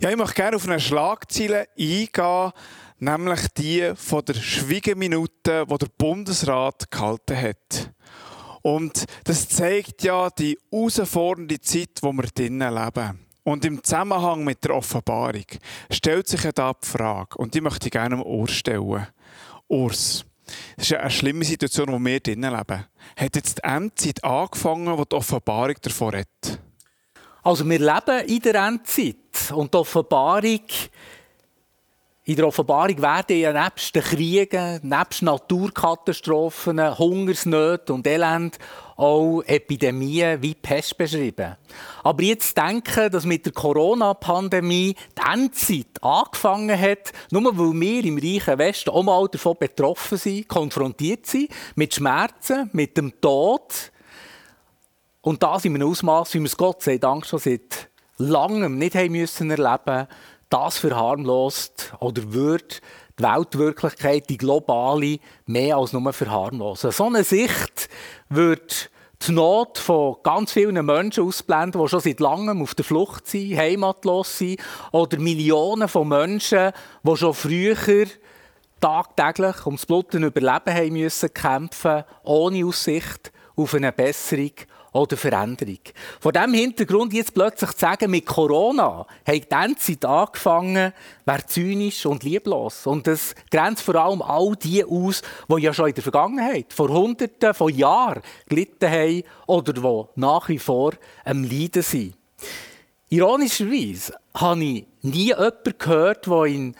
Ja, ich möchte gerne auf eine Schlagzeile eingehen, nämlich die von der Schweigeminute, die der Bundesrat gehalten hat. Und das zeigt ja die herausfordernde Zeit, in der wir drinnen leben. Und im Zusammenhang mit der Offenbarung stellt sich ja da die Frage, und die möchte ich gerne Urs stellen. Urs, das ist ja eine schlimme Situation, in der wir drinnen leben. Hat jetzt die Endzeit angefangen, wo die Offenbarung davon redet? Also wir leben in der Endzeit und in der Offenbarung werden ja nebst den Kriegen, nebst Naturkatastrophen, Hungersnöten und Elend auch Epidemien wie Pest beschrieben. Aber jetzt denken, dass mit der Corona-Pandemie die Endzeit angefangen hat, nur weil wir im reichen Westen auch mal davon betroffen sind, konfrontiert sind, mit Schmerzen, mit dem Tod. Und das in einem Ausmaß, wie wir es Gott sei Dank schon seit langem nicht haben müssen erleben, das verharmlost oder wird die Weltwirklichkeit, die globale, mehr als nur verharmlosen. So eine Sicht wird die Not von ganz vielen Menschen ausblenden, die schon seit langem auf der Flucht sind, heimatlos sind, oder Millionen von Menschen, die schon früher tagtäglich ums Blut und Überleben haben müssen kämpfen, ohne Aussicht auf eine Besserung oder Veränderung. Vor diesem Hintergrund jetzt plötzlich zu sagen, mit Corona hat die Endzeit angefangen, wäre zynisch und lieblos. Und das grenzt vor allem all die aus, die ja schon in der Vergangenheit, vor Hunderten von Jahren gelitten haben oder die nach wie vor am Leiden sind. Ironischerweise habe ich nie jemanden gehört, der in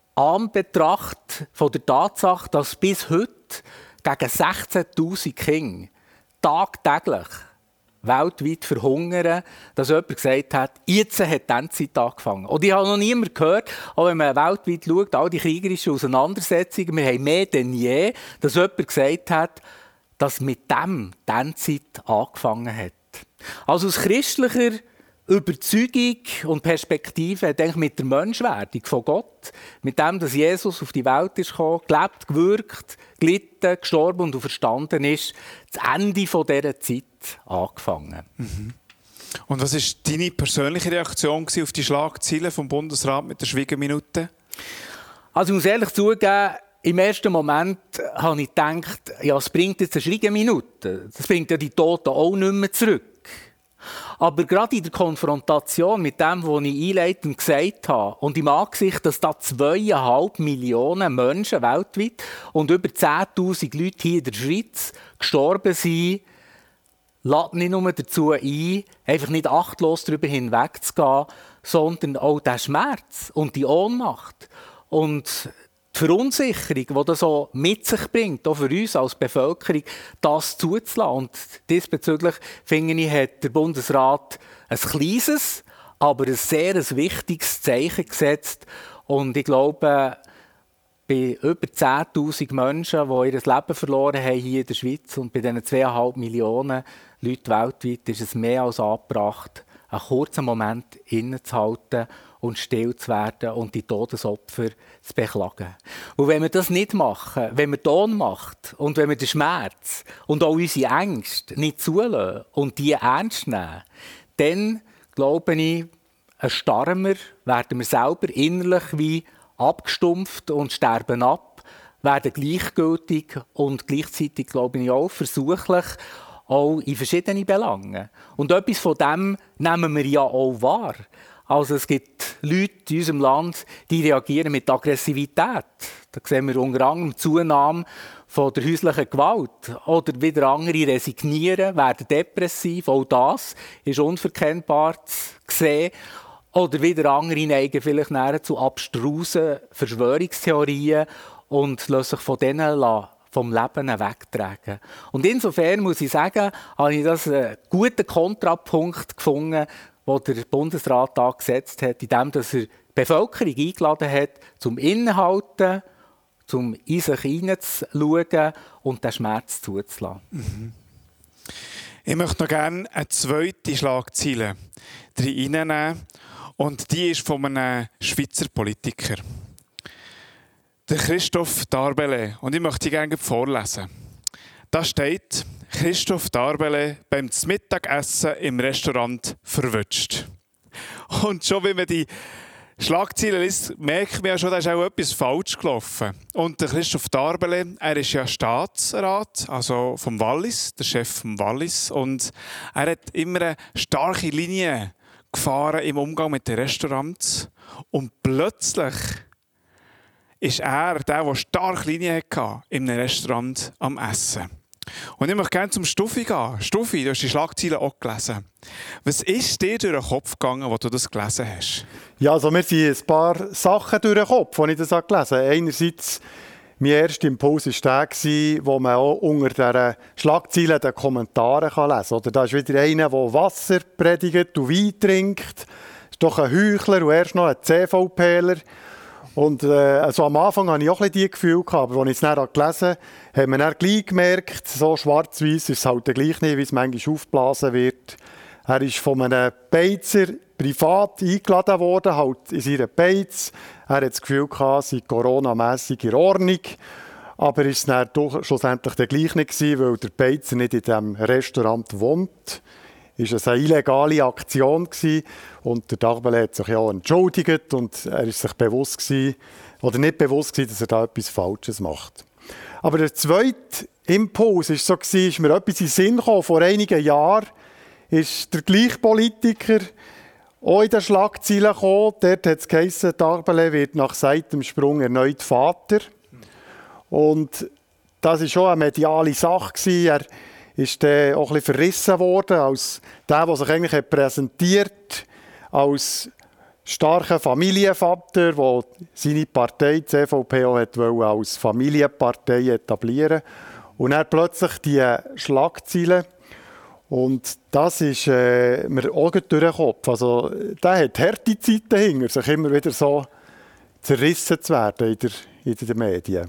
Anbetracht von der Tatsache, dass bis heute gegen 16'000 Kinder tagtäglich weltweit verhungern, dass jemand gesagt hat, jetzt hat die Endzeit angefangen. Und ich habe noch niemanden gehört, auch wenn man weltweit schaut, all die kriegerischen Auseinandersetzungen, wir haben mehr denn je, dass jemand gesagt hat, dass mit dem die Endzeit angefangen hat. Also aus christlicher Überzeugung und Perspektive, denke ich, mit der Menschwerdung von Gott, mit dem, dass Jesus auf die Welt ist gekommen, gelebt, gewirkt, gelitten, gestorben und verstanden ist, das Ende dieser Zeit angefangen. Mhm. Und was war deine persönliche Reaktion auf die Schlagzeile vom Bundesrat mit der Schweigeminute? Also ich muss ehrlich zugeben, im ersten Moment habe ich gedacht, ja, es bringt jetzt eine Schweigeminute. Das bringt ja die Toten auch nicht mehr zurück. Aber gerade in der Konfrontation mit dem, was ich einleitend gesagt habe, und im Angesicht, dass da 2,5 Millionen Menschen weltweit und über 10'000 Leute hier in der Schweiz gestorben sind, lädt nicht nur dazu ein, einfach nicht achtlos darüber hinwegzugehen, sondern auch den Schmerz und die Ohnmacht und die Verunsicherung, die das so mit sich bringt, auch für uns als Bevölkerung, das zuzulassen. Und diesbezüglich, finde ich, hat der Bundesrat ein kleines, aber ein sehr wichtiges Zeichen gesetzt. Und ich glaube, bei über 10'000 Menschen, die ihr Leben verloren haben hier in der Schweiz und bei diesen 2,5 Millionen Leuten weltweit, ist es mehr als angebracht, einen kurzen Moment innezuhalten und still zu werden und die Todesopfer zu beklagen. Und wenn wir das nicht machen, wenn wir die Ohnmacht und wenn wir den Schmerz und auch unsere Ängste nicht zulassen und die ernst nehmen, dann, glaube ich, erstarren wir, werden wir selber innerlich wie abgestumpft und sterben ab, werden gleichgültig und gleichzeitig, glaube ich, auch versuchlich, auch in verschiedenen Belangen. Und etwas von dem nehmen wir ja auch wahr. Also es gibt Leute in unserem Land, die reagieren mit Aggressivität. Da sehen wir unter anderem Zunahme von der häuslichen Gewalt. Oder wieder andere resignieren, werden depressiv. Auch das ist unverkennbar zu sehen. Oder wieder andere neigen vielleicht näher zu abstrusen Verschwörungstheorien und lassen sich von denen vom Leben wegtragen. Und insofern muss ich sagen, habe ich das einen guten Kontrapunkt gefunden, den der Bundesrat da gesetzt hat, indem er die Bevölkerung eingeladen hat, zum Innehalten, zum in sich hineinzuschauen und den Schmerz zuzulassen. Mhm. Ich möchte noch gerne eine zweite Schlagzeile reinnehmen. Und die ist von einem Schweizer Politiker. Der Christoph Darbele. Und ich möchte sie gerne vorlesen. Da steht: Christoph Darbele beim Mittagessen im Restaurant verwünscht. Und schon, wenn man die Schlagzeilen liest, merken wir ja schon, da ist auch etwas falsch gelaufen. Und der Christoph Darbele, er ist ja Staatsrat, also vom Wallis, der Chef vom Wallis. Und er hat immer eine starke Linie gefahren im Umgang mit den Restaurants. Und plötzlich ist er der starke Linie hatte in einem Restaurant am Essen. Und ich möchte gerne zum Stuffi gehen. Stuffi, du hast die Schlagzeilen auch gelesen. Was ist dir durch den Kopf gegangen, als du das gelesen hast? Ja, also mir sind ein paar Sachen durch den Kopf, als ich das gelesen habe. Einerseits, mein erster Impuls war der, wo man auch unter diesen Schlagzeilen den Kommentaren lesen kann. Oder da ist wieder einer, der Wasser predigt und Wein trinkt. Das ist doch ein Heuchler und erst noch ein CVPler. Und also am Anfang hatte ich auch ein bisschen die Gefühle, aber als ich es dann gelesen habe, hat man dann gleich gemerkt, so schwarz-weiß ist es halt gleich nicht, wie es manchmal aufgeblasen wird. Er ist von einem Beizer privat eingeladen worden, halt in seiner Beiz. Er hat das Gefühl gehabt, es sei coronamässig in Ordnung. Aber es war dann schlussendlich der gleich nicht gewesen, weil der Beizer nicht in diesem Restaurant wohnt. Es war eine illegale Aktion gewesen. Und der Darbele hat sich ja entschuldigt und er ist sich bewusst gewesen, oder nicht bewusst gewesen, dass er da etwas Falsches macht. Aber der zweite Impuls war so, ist mir etwas in den Sinn gekommen. Vor einigen Jahren ist der gleiche Politiker auch in den Schlagzeilen gekommen. Dort hat es geheißen, Darbele wird nach Seitensprung erneut Vater. Und das war schon eine mediale Sache gewesen. Er ist dann auch ein bisschen verrissen worden als der sich eigentlich präsentiert als starker Familienvater, der seine Partei, die CVP, auch als Familienpartei etablieren wollte. Und dann plötzlich die Schlagzeilen. Und das ist mir auch durch den Kopf. Also, der hat harte Zeiten hinter sich, immer wieder so zerrissen zu werden in den Medien.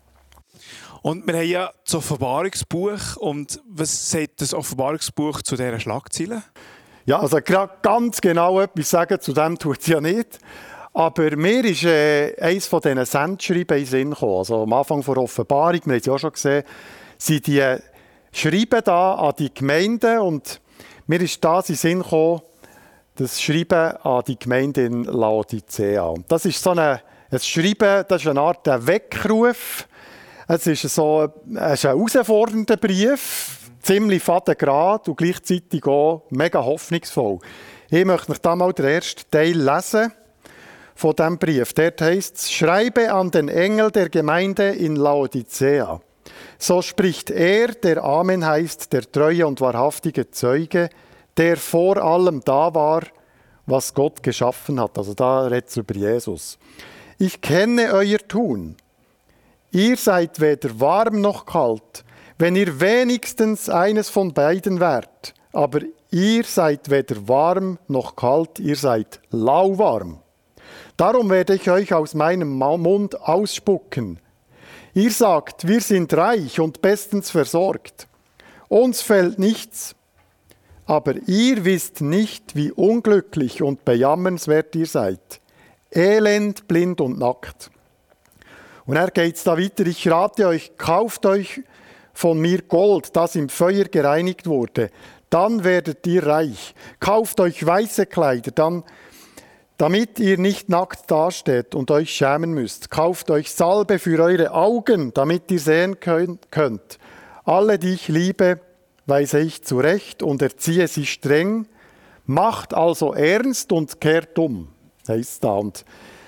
Und wir haben ja das Offenbarungsbuch. Und was sagt das Offenbarungsbuch zu dieser Schlagzeile? Ja, also ganz genau etwas sagen zu dem tut es ja nicht. Aber mir ist eines von diesen Sendschreiben in den Sinn gekommen. Also am Anfang der Offenbarung, wir haben es ja auch schon gesehen, sind die Schreiben da an die Gemeinden. Und mir ist das in den Sinn gekommen, das Schreiben an die Gemeinde in Laodicea. Und das ist so ein Schreiben, das ist eine Art Weckruf. Es ist ein herausfordernder Brief, ziemlich fadengrad und gleichzeitig auch mega hoffnungsvoll. Ich möchte euch da mal den ersten Teil lesen von diesem Brief. Dort heisst es: Schreibe an den Engel der Gemeinde in Laodicea. So spricht er, der Amen heißt, der treue und wahrhaftige Zeuge, der vor allem da war, was Gott geschaffen hat. Also da redet es über Jesus. Ich kenne euer Tun. Ihr seid weder warm noch kalt, wenn ihr wenigstens eines von beiden wärt. Aber ihr seid weder warm noch kalt, ihr seid lauwarm. Darum werde ich euch aus meinem Mund ausspucken. Ihr sagt, wir sind reich und bestens versorgt. Uns fehlt nichts. Aber ihr wisst nicht, wie unglücklich und bejammernswert ihr seid. Elend, blind und nackt. Und er geht es da weiter. Ich rate euch, kauft euch von mir Gold, das im Feuer gereinigt wurde. Dann werdet ihr reich. Kauft euch weiße Kleider, damit ihr nicht nackt dasteht und euch schämen müsst. Kauft euch Salbe für eure Augen, damit ihr sehen könnt. Alle, die ich liebe, weise ich zurecht und erziehe sie streng. Macht also ernst und kehrt um. Heisst da. Und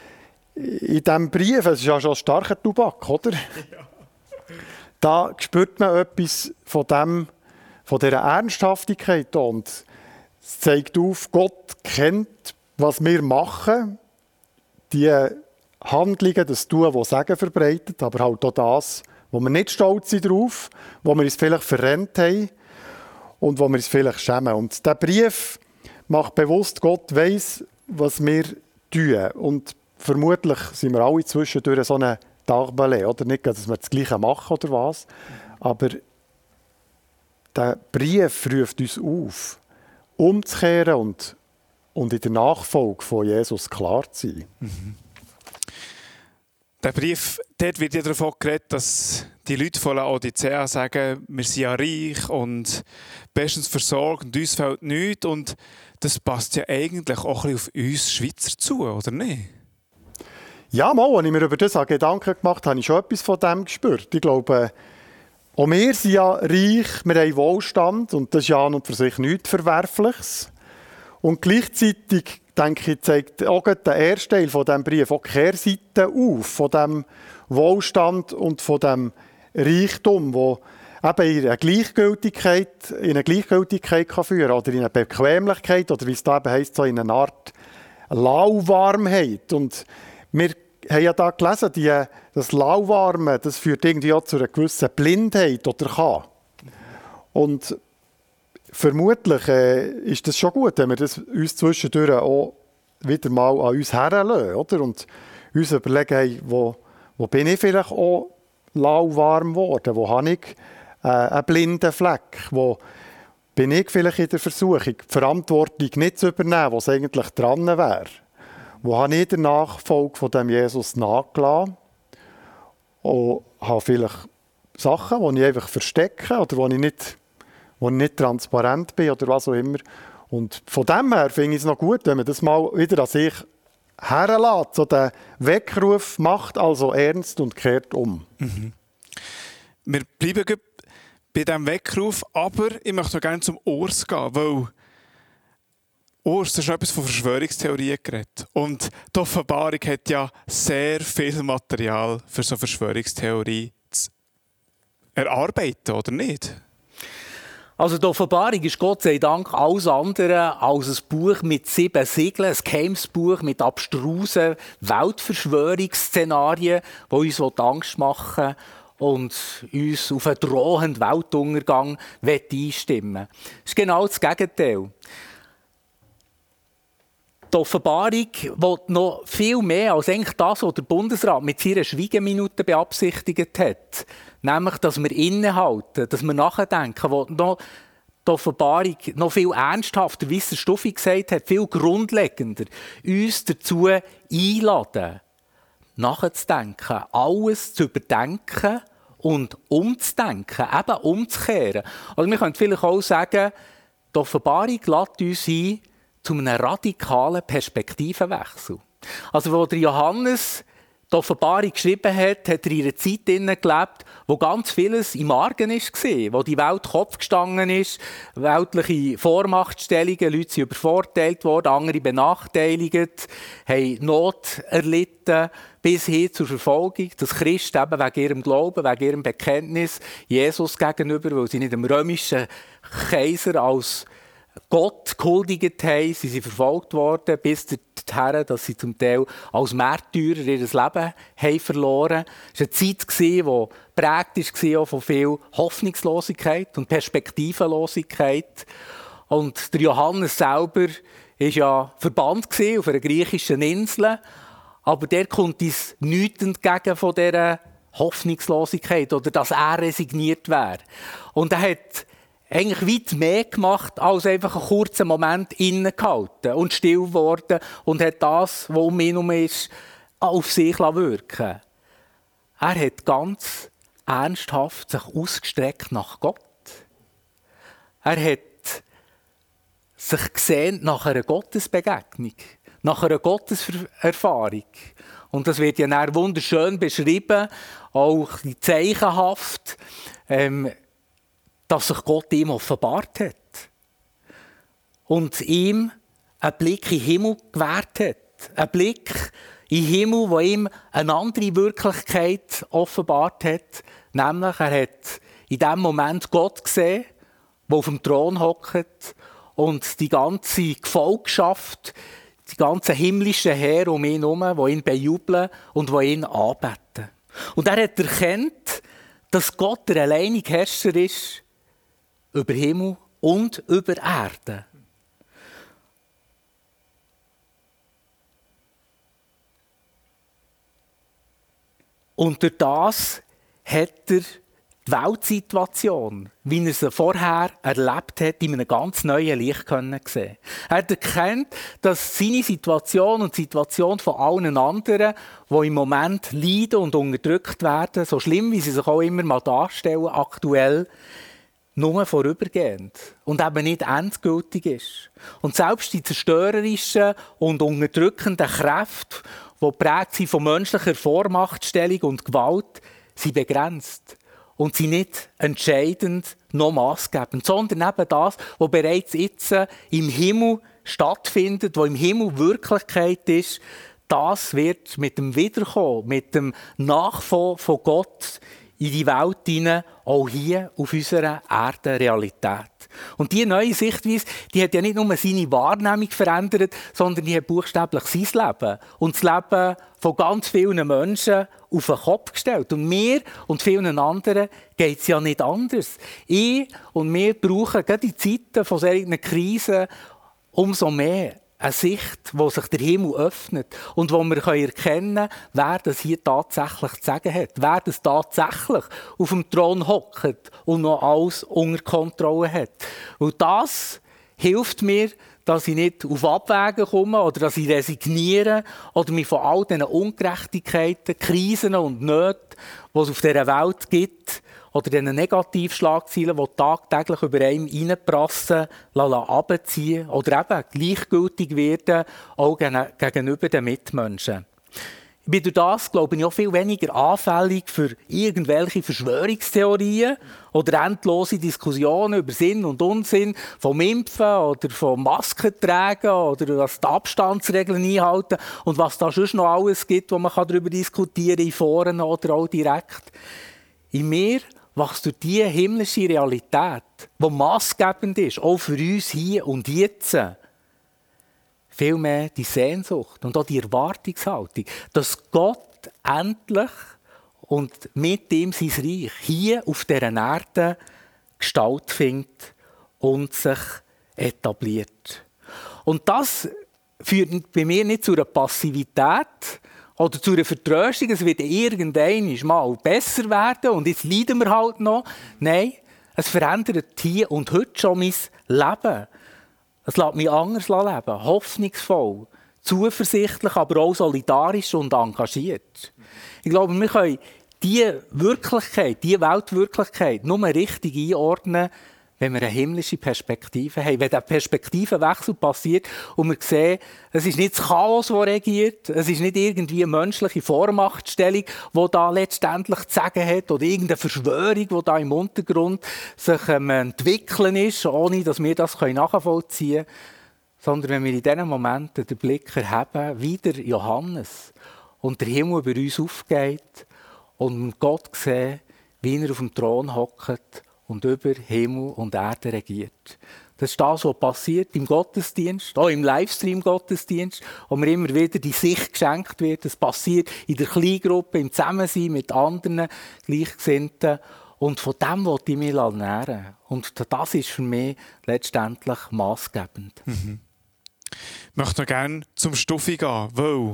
in diesem Brief, es ist ja schon starker Tobak, oder? Ja. Da spürt man etwas von dieser Ernsthaftigkeit. Und es zeigt auf, Gott kennt, was wir machen, die Handlungen, das Tun, das Segen verbreitet, aber halt auch das, wo wir nicht stolz sind drauf, wo wir uns vielleicht verrennt haben und wo wir uns vielleicht schämen. Und der Brief macht bewusst, Gott weiss, was wir tun. Und vermutlich sind wir alle zwischendurch so eine Darbele, oder nicht, dass wir das Gleiche machen oder was. Aber der Brief ruft uns auf, umzukehren und in der Nachfolge von Jesus klar zu sein. Der Brief, dort wird ja davon geredet, dass die Leute von Laodicea sagen, wir sind ja reich und bestens versorgt und uns fehlt nichts. Und das passt ja eigentlich auch ein bisschen auf uns Schweizer zu, oder nicht? Ja, mal, als ich mir über das Gedanken gemacht habe, habe ich schon etwas von dem gespürt. Ich glaube, auch wir sind ja reich, wir haben Wohlstand und das ist ja an und für sich nichts Verwerfliches. Und gleichzeitig, denke ich, zeigt auch der erste Teil von diesem Brief auch die Kehrseite auf, von diesem Wohlstand und von diesem Reichtum, wo eben in eine Gleichgültigkeit kann führen oder in eine Bequemlichkeit oder wie es da eben heisst, so in eine Art Lauwarmheit. Und wir haben ja da gelesen, das Lauwarme, das führt irgendwie auch zu einer gewissen Blindheit oder kann. Und vermutlich ist das schon gut, wenn wir das uns zwischendurch auch wieder mal an uns heranlassen, oder? Und uns überlegen, hey, wo bin ich vielleicht auch lauwarm geworden? Wo habe ich einen blinden Fleck? Wo bin ich vielleicht in der Versuchung, die Verantwortung nicht zu übernehmen, was eigentlich dran wäre? Wo habe ich der Nachfolge von dem Jesus nachgelassen? Und habe vielleicht Sachen, die ich einfach verstecke oder wo ich nicht transparent bin oder was auch immer. Und von dem her finde ich es noch gut, wenn man das mal wieder an sich herlässt. So den Weckruf macht also ernst und kehrt um. Mhm. Wir bleiben bei diesem Weckruf, aber ich möchte noch gerne zum Urs gehen, weil Urs hat schon etwas von Verschwörungstheorien geredet. Und die Offenbarung hat ja sehr viel Material für so Verschwörungstheorie zu erarbeiten, oder nicht? Also die Offenbarung ist Gott sei Dank alles andere als ein Buch mit 7 Siegeln, ein geheimes Buch mit abstrusen Weltverschwörungsszenarien, die uns Angst machen und uns auf einen drohenden Weltuntergang einstimmen. Das ist genau das Gegenteil. Die Offenbarung will noch viel mehr als eigentlich das, was der Bundesrat mit seiner Schweigeminute beabsichtigt hat. Nämlich, dass wir innehalten, dass wir nachdenken, wo noch die Offenbarung noch viel ernsthafter, wie es der Stuffi gesagt hat, viel grundlegender, uns dazu einladen, nachzudenken, alles zu überdenken und umzudenken, eben umzukehren. Also wir können vielleicht auch sagen, die Offenbarung lädt uns ein, zu einem radikalen Perspektivenwechsel. Also, als der Johannes die Offenbarung geschrieben hat, hat er in einer Zeit gelebt, wo ganz vieles im Argen war, wo die Welt Kopf gestanden ist, weltliche Vormachtstellungen, Leute sind übervorteilt worden, andere benachteiligt, haben Not erlitten, bis hin zur Verfolgung, dass Christen eben wegen ihrem Glauben, wegen ihrem Bekenntnis Jesus gegenüber, weil sie nicht dem römischen Kaiser als Gott gehuldigt haben, sie sind verfolgt worden, bis dahin, dass sie zum Teil als Märtyrer ihr Leben haben verloren. Es war eine Zeit, die geprägt war von viel Hoffnungslosigkeit und Perspektivenlosigkeit. Und der Johannes selber war ja verbannt auf einer griechischen Insel, aber der kommt uns nichts entgegen von dieser Hoffnungslosigkeit oder dass er resigniert wäre. Und er hat eigentlich weit mehr gemacht, als einfach einen kurzen Moment innegehalten und still geworden und hat das, was um ihn herum ist, auf sich wirken. Er hat ganz ernsthaft sich ausgestreckt nach Gott. Er hat sich gesehnt nach einer Gottesbegegnung, nach einer Gotteserfahrung. Und das wird ja dann wunderschön beschrieben, auch zeichenhaft, dass sich Gott ihm offenbart hat und ihm einen Blick in den Himmel gewährt hat. Ein Blick in den Himmel, der ihm eine andere Wirklichkeit offenbart hat. Nämlich, er hat in diesem Moment Gott gesehen, der auf dem Thron hockt und die ganze Gefolgschaft, die ganzen himmlischen Heere um ihn herum, die ihn bejubeln und die ihn anbeten. Und er hat erkannt, dass Gott der alleinige Herrscher ist über Himmel und über Erde. Und durch das hat er die Weltsituation, wie er sie vorher erlebt hat, in einem ganz neuen Licht sehen. Er hat erkannt, dass seine Situation und die Situation von allen anderen, die im Moment leiden und unterdrückt werden, so schlimm, wie sie sich auch immer mal darstellen, aktuell, nur vorübergehend und eben nicht endgültig ist. Und selbst die zerstörerischen und unterdrückenden Kräfte, die geprägt sind von menschlicher Vormachtstellung und Gewalt, sind begrenzt. Und sind nicht entscheidend noch maßgebend, sondern eben das, was bereits jetzt im Himmel stattfindet, was im Himmel Wirklichkeit ist, das wird mit dem Wiederkommen, mit dem Nachfolgen von Gott in die Welt hinein, auch hier auf unserer Erde Realität. Und diese neue Sichtweise, die hat ja nicht nur seine Wahrnehmung verändert, sondern die hat buchstäblich sein Leben und das Leben von ganz vielen Menschen auf den Kopf gestellt. Und mir und vielen anderen geht es ja nicht anders. Ich und wir brauchen gerade in Zeiten von solchen Krisen umso mehr eine Sicht, wo sich der Himmel öffnet und wo wir erkennen können, wer das hier tatsächlich zu sagen hat, wer das tatsächlich auf dem Thron hockt und noch alles unter Kontrolle hat. Und das hilft mir, dass ich nicht auf Abwägen komme oder dass ich resigniere oder mich von all diesen Ungerechtigkeiten, Krisen und Nöten, die es auf dieser Welt gibt, oder diesen Negativschlagzeilen, die tagtäglich über einem reinprassen, runterziehen oder eben gleichgültig werden, auch gegenüber den Mitmenschen. Ich bin durch das, glaube ich, auch viel weniger anfällig für irgendwelche Verschwörungstheorien oder endlose Diskussionen über Sinn und Unsinn vom Impfen oder vom Maskentragen oder was die Abstandsregeln einhalten und was da sonst noch alles gibt, wo man darüber diskutieren kann, in Foren oder auch direkt. In mir wächst durch diese himmlische Realität, die maßgebend ist, auch für uns hier und jetzt, vielmehr die Sehnsucht und auch die Erwartungshaltung, dass Gott endlich und mit ihm sein Reich hier auf dieser Erde Gestalt findet und sich etabliert. Und das führt bei mir nicht zu einer Passivität oder zu einer Vertröstung, es wird irgendwann mal besser werden und jetzt leiden wir halt noch. Nein, es verändert hier und heute schon mein Leben. Es lässt mich anders leben, hoffnungsvoll, zuversichtlich, aber auch solidarisch und engagiert. Ich glaube, wir können diese Wirklichkeit, diese Weltwirklichkeit nur richtig einordnen, wenn wir eine himmlische Perspektive haben. Wenn der Perspektivenwechsel passiert und wir sehen, es ist nicht das Chaos, das regiert, es ist nicht irgendwie eine menschliche Vormachtstellung, die da letztendlich zu sagen hat, oder irgendeine Verschwörung, die da im Untergrund sich entwickeln ist, ohne dass wir das nachvollziehen können, sondern wenn wir in diesen Momenten den Blick erheben, wie der Johannes, und der Himmel über uns aufgeht und Gott sehen, wie er auf dem Thron hockt und über Himmel und Erde regiert. Das ist das, was passiert im Gottesdienst, auch im Livestream-Gottesdienst, wo mir immer wieder die Sicht geschenkt wird. Das passiert in der Kleingruppe, im Zusammensein mit anderen Gleichgesinnten. Und von dem wollte ich mich ernähren. Und das ist für mich letztendlich maßgebend. Ich möchte noch gerne zum Stuffi gehen, weil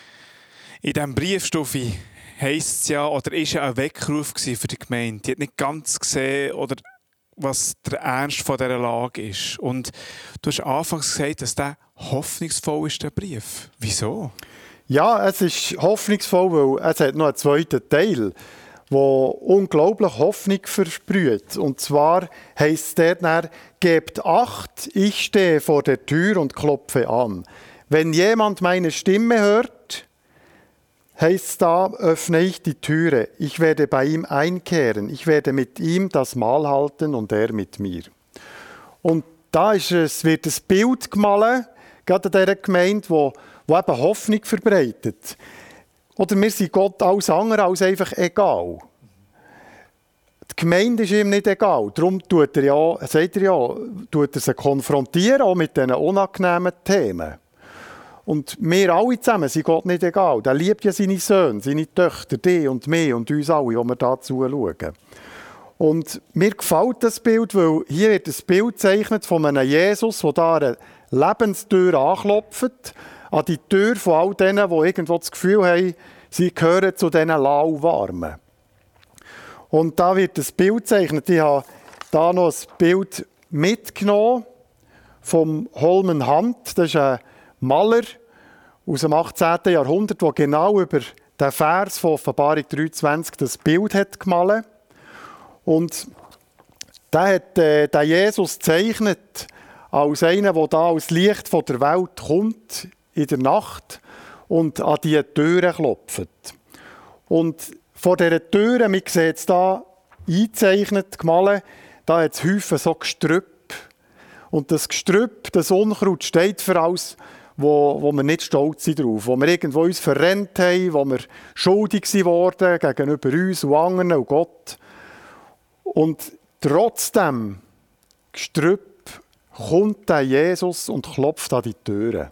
in diesem Brief, Stuffi, heisst es ja, oder ist ja ein Weckruf für die Gemeinde. Die hat nicht ganz gesehen, oder was der Ernst von dieser Lage ist. Und du hast anfangs gesagt, dass der hoffnungsvoll ist, der Brief. Wieso? Ja, es ist hoffnungsvoll, weil es hat noch einen zweiten Teil, der unglaublich Hoffnung versprüht. Und zwar heisst es dort, gebt Acht, ich stehe vor der Tür und klopfe an. Wenn jemand meine Stimme hört, heisst da, öffne ich die Türe. Ich werde bei ihm einkehren. Ich werde mit ihm das Mahl halten und er mit mir. Und da wird ein Bild gemalt, gerade in dieser Gemeinde, wo eben Hoffnung verbreitet. Oder wir sind Gott alles andere als einfach egal. Die Gemeinde ist ihm nicht egal. Darum tut er sie konfrontieren, auch mit diesen unangenehmen Themen. Und wir alle zusammen sind Gott nicht egal. Er liebt ja seine Söhne, seine Töchter, die und mich und uns alle, die wir da zuschauen. Und mir gefällt das Bild, weil hier wird ein Bild gezeichnet von einem Jesus, der da eine Lebenstür anklopft, an die Tür von all denen, die irgendwo das Gefühl haben, sie gehören zu diesen Lauwarmen. Und da wird das Bild gezeichnet. Ich habe da noch ein Bild mitgenommen vom Holman Hunt. Das ist ein Maler aus dem 18. Jahrhundert, der genau über den Vers von Offenbarung 23 das Bild hat gemalt. Und der hat den Jesus gezeichnet als einer, der da als Licht von der Welt kommt in der Nacht und an diese Türen klopft. Und vor dieser Türe, man sieht es hier eingezeichnet, gemalt, da hat es Häufen so Gestrüpp. Und das Gestrüpp, das Unkraut, steht für alles, wo wir nicht stolz sind drauf, wo wir irgendwo uns verrennt haben, wo wir schuldig wurden gegenüber uns und anderen und Gott. Und trotzdem, Gestrüpp, kommt der Jesus und klopft an die Türen.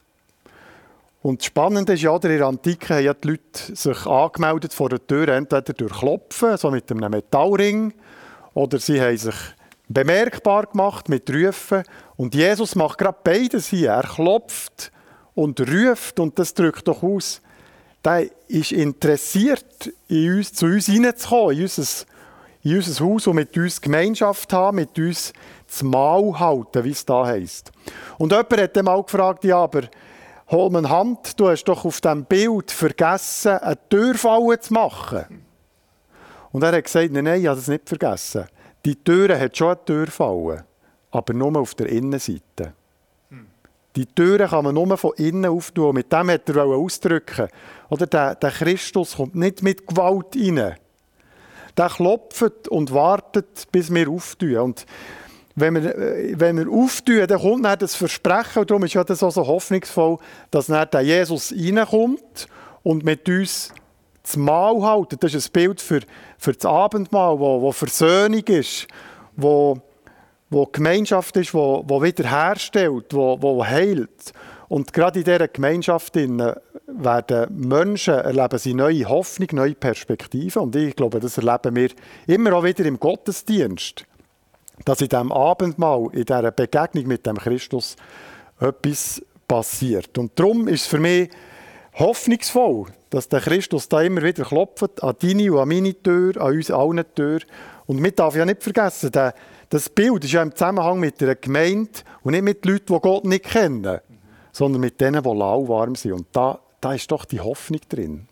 Und das Spannende ist ja, in der Antike haben ja die Leute sich angemeldet vor der Tür, entweder durch Klopfen, so mit einem Metallring, oder sie haben sich bemerkbar gemacht mit Rufen. Und Jesus macht gerade beides hier. Er klopft und ruft, und das drückt doch aus, der ist interessiert, zu uns hineinzukommen, in unser Haus und mit uns Gemeinschaft haben, mit uns das Mahl halten, wie es da heisst. Und jemand hat dann mal gefragt, ja, aber Holman Hunt, du hast doch auf diesem Bild vergessen, eine Türfalle zu machen. Und er hat gesagt, nein, ich habe das nicht vergessen. Die Türe hat schon eine Türfalle, aber nur auf der Innenseite. Die Türen kann man nur von innen auftun. Und mit dem hat er ausdrücken. Oder der Christus kommt nicht mit Gewalt rein. Der klopft und wartet, bis wir auftun. Und wenn wir auftun, dann kommt dann das Versprechen. Und darum ist ja das auch so hoffnungsvoll, dass dann der Jesus reinkommt und mit uns das Mahl haltet. Das ist ein Bild für das Abendmahl, wo Versöhnung ist, wo Gemeinschaft ist, wo wiederherstellt, wo heilt. Und gerade in dieser Gemeinschaft werden Menschen erleben sie neue Hoffnung, neue Perspektiven. Und ich glaube, das erleben wir immer auch wieder im Gottesdienst, dass in diesem Abendmahl, in dieser Begegnung mit dem Christus etwas passiert. Und darum ist es für mich hoffnungsvoll, dass der Christus da immer wieder klopft, an deine und an meine Tür, an uns allen Tür. Und man darf ja nicht vergessen, das Bild ist ja im Zusammenhang mit einer Gemeinde und nicht mit Leuten, die Gott nicht kennen, sondern mit denen, die lauwarm sind. Und da ist doch die Hoffnung drin.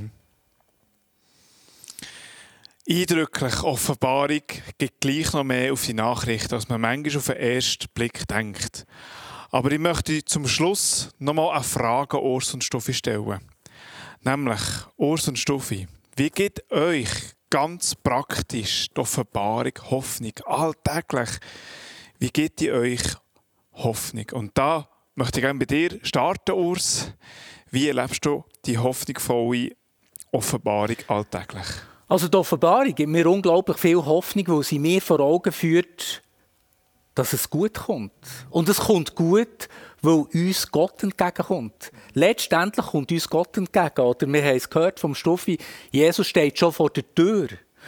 Eindrücklich, Offenbarung gibt gleich noch mehr auf die Nachricht, als man manchmal auf den ersten Blick denkt. Aber ich möchte zum Schluss noch mal eine Frage an Urs und Stuffi stellen. Nämlich, Urs und Stuffi, wie gibt euch ganz praktisch die Offenbarung Hoffnung, alltäglich? Wie gibt die euch Hoffnung? Und da möchte ich gerne bei dir starten, Urs. Wie erlebst du die hoffnungsvolle Offenbarung alltäglich? Also die Offenbarung gibt mir unglaublich viel Hoffnung, weil sie mir vor Augen führt, dass es gut kommt. Und es kommt gut, weil uns Gott entgegenkommt. Letztendlich kommt uns Gott entgegen. Oder wir haben es gehört vom Stuffi, Jesus steht schon vor der Tür.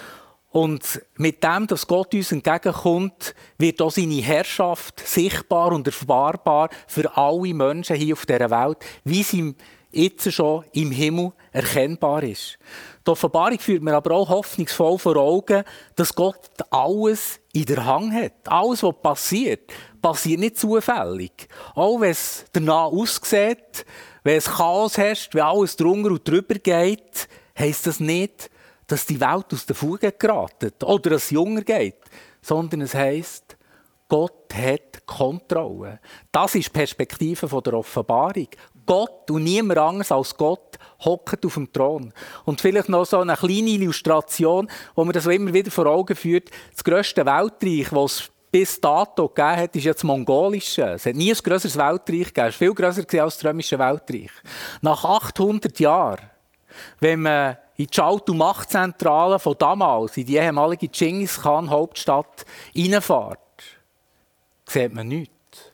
Und mit dem, dass Gott uns entgegenkommt, wird auch seine Herrschaft sichtbar und erfahrbar für alle Menschen hier auf dieser Welt, wie sie jetzt schon im Himmel erkennbar ist. Die Offenbarung führt mir aber auch hoffnungsvoll vor Augen, dass Gott alles in der Hand hat. Alles, was passiert nicht zufällig. Auch wenn es danach aussieht, wenn es Chaos herrscht, wenn alles drunter und drüber geht, heisst das nicht, dass die Welt aus der Fuge geraten oder dass es jünger geht, sondern es heisst, Gott hat Kontrolle. Das ist die Perspektive der Offenbarung. Gott und niemand anderes als Gott hockt auf dem Thron. Und vielleicht noch so eine kleine Illustration, wo man das immer wieder vor Augen führt. Das grösste Weltreich, das es bis dato gegeben hat, ist ja das Mongolische. Es hat nie ein grösseres Weltreich gegeben. Es war viel grösser als das römische Weltreich. Nach 800 Jahren, wenn man in die Schalt- und Machtzentrale von damals, in die ehemalige Genghis Khan-Hauptstadt, reinfährt, sieht man nichts.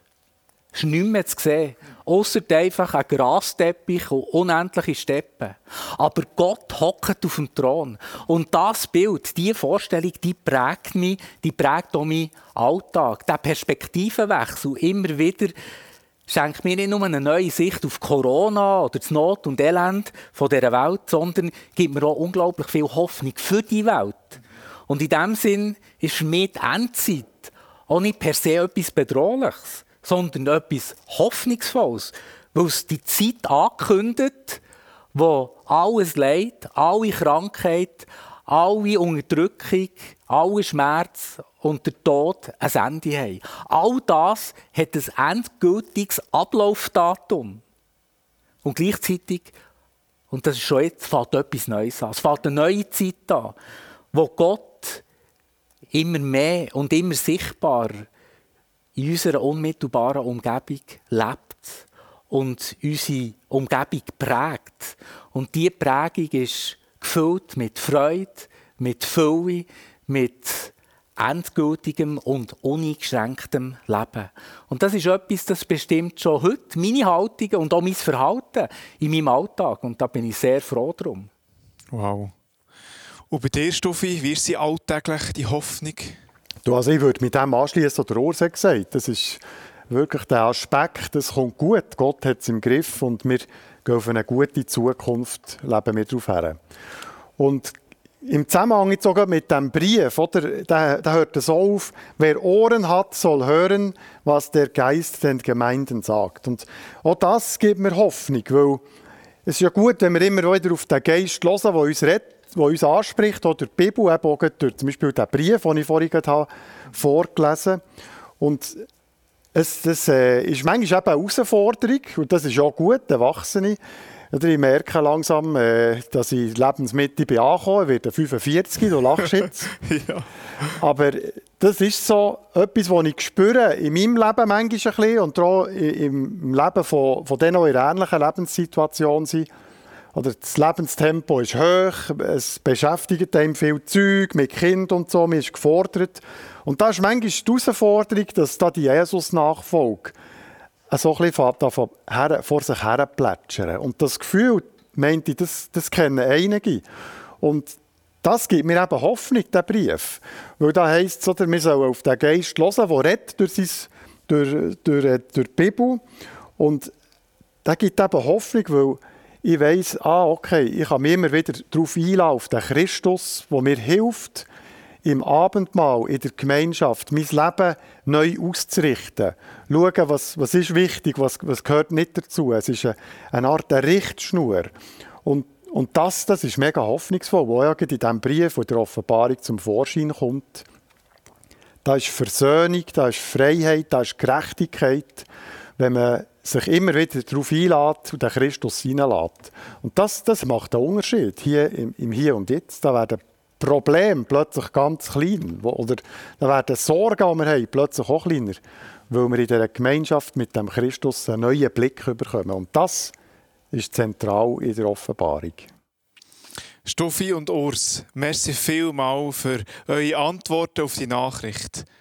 Es ist nichts mehr zu sehen. Ausser einfach ein Grasteppich und unendliche Steppen. Aber Gott hockt auf dem Thron. Und das Bild, diese Vorstellung, die prägt mich, die prägt auch meinen Alltag. Der Perspektivenwechsel immer wieder schenkt mir nicht nur eine neue Sicht auf Corona oder das Not und Elend dieser Welt, sondern gibt mir auch unglaublich viel Hoffnung für die Welt. Und in diesem Sinn ist für mich die Endzeit auch nicht per se etwas Bedrohliches, sondern etwas Hoffnungsvolles, weil es die Zeit ankündigt, wo alles Leid, alle Krankheit, alle Unterdrückung, alle Schmerz und der Tod ein Ende haben. All das hat ein endgültiges Ablaufdatum. Und gleichzeitig, und das ist schon jetzt, fängt etwas Neues an. Es fängt eine neue Zeit an, wo Gott immer mehr und immer sichtbarer in unserer unmittelbaren Umgebung lebt und unsere Umgebung prägt. Und diese Prägung ist gefüllt mit Freude, mit Fülle, mit endgültigem und uneingeschränktem Leben. Und das ist etwas, das bestimmt schon heute meine Haltungen und auch mein Verhalten in meinem Alltag. Und da bin ich sehr froh drum. Wow. Und bei dir, Stuffi, wie ist sie alltäglich, die Hoffnung? Du, also ich würde mit dem anschließen, was der Urs hat gesagt. Das ist wirklich der Aspekt, das kommt gut. Gott hat es im Griff und wir gehen auf eine gute Zukunft, leben wir darauf her. Und im Zusammenhang jetzt sogar mit diesem Brief, oder, da hört es auf, wer Ohren hat, soll hören, was der Geist den Gemeinden sagt. Und auch das gibt mir Hoffnung, weil es ist ja gut, wenn wir immer wieder auf den Geist hören, der uns redet, der uns anspricht, oder die Bibel, eben auch durch zum Beispiel den Brief, den ich vorhin vorgelesen habe. Und das ist manchmal eben eine Herausforderung, und das ist auch gut, Erwachsene. Ich merke langsam, dass ich in der Lebensmitte bin angekommen. Ich werde 45, du lachst jetzt. Ja. Aber das ist so etwas, was ich spüre in meinem Leben manchmal ein bisschen und auch im Leben von denen, die in einer ähnlichen Lebenssituation sind. Oder das Lebenstempo ist hoch, es beschäftigt einem viel Zeug mit Kind und so, man ist gefordert. Und da ist manchmal die Herausforderung, dass da die Jesus-Nachfolge so ein bisschen vor sich her plätschern. Und das Gefühl, meinte ich, das kennen einige. Und das gibt mir eben Hoffnung, der Brief. Weil da heisst es, wir sollen auf den Geist hören, der redet durch die Bibel. Und das gibt eben Hoffnung, weil ich weiss, okay, ich kann mich immer wieder darauf einlassen, auf den Christus, der mir hilft, im Abendmahl, in der Gemeinschaft, mein Leben neu auszurichten. Schauen, was ist wichtig, was gehört nicht dazu. Es ist eine Art Richtschnur. Und das ist mega hoffnungsvoll, wo ja in diesem Brief und der Offenbarung zum Vorschein kommt. Da ist Versöhnung, da ist Freiheit, da ist Gerechtigkeit, wenn man sich immer wieder darauf einlässt und den Christus hineinlässt. Und das macht einen Unterschied hier im Hier und Jetzt. Da werden Probleme plötzlich ganz klein. Oder da werden Sorgen, die wir haben, plötzlich auch kleiner. Weil wir in dieser Gemeinschaft mit dem Christus einen neuen Blick bekommen. Und das ist zentral in der Offenbarung. Stuffi und Urs, merci vielmals für eure Antworten auf die Nachricht.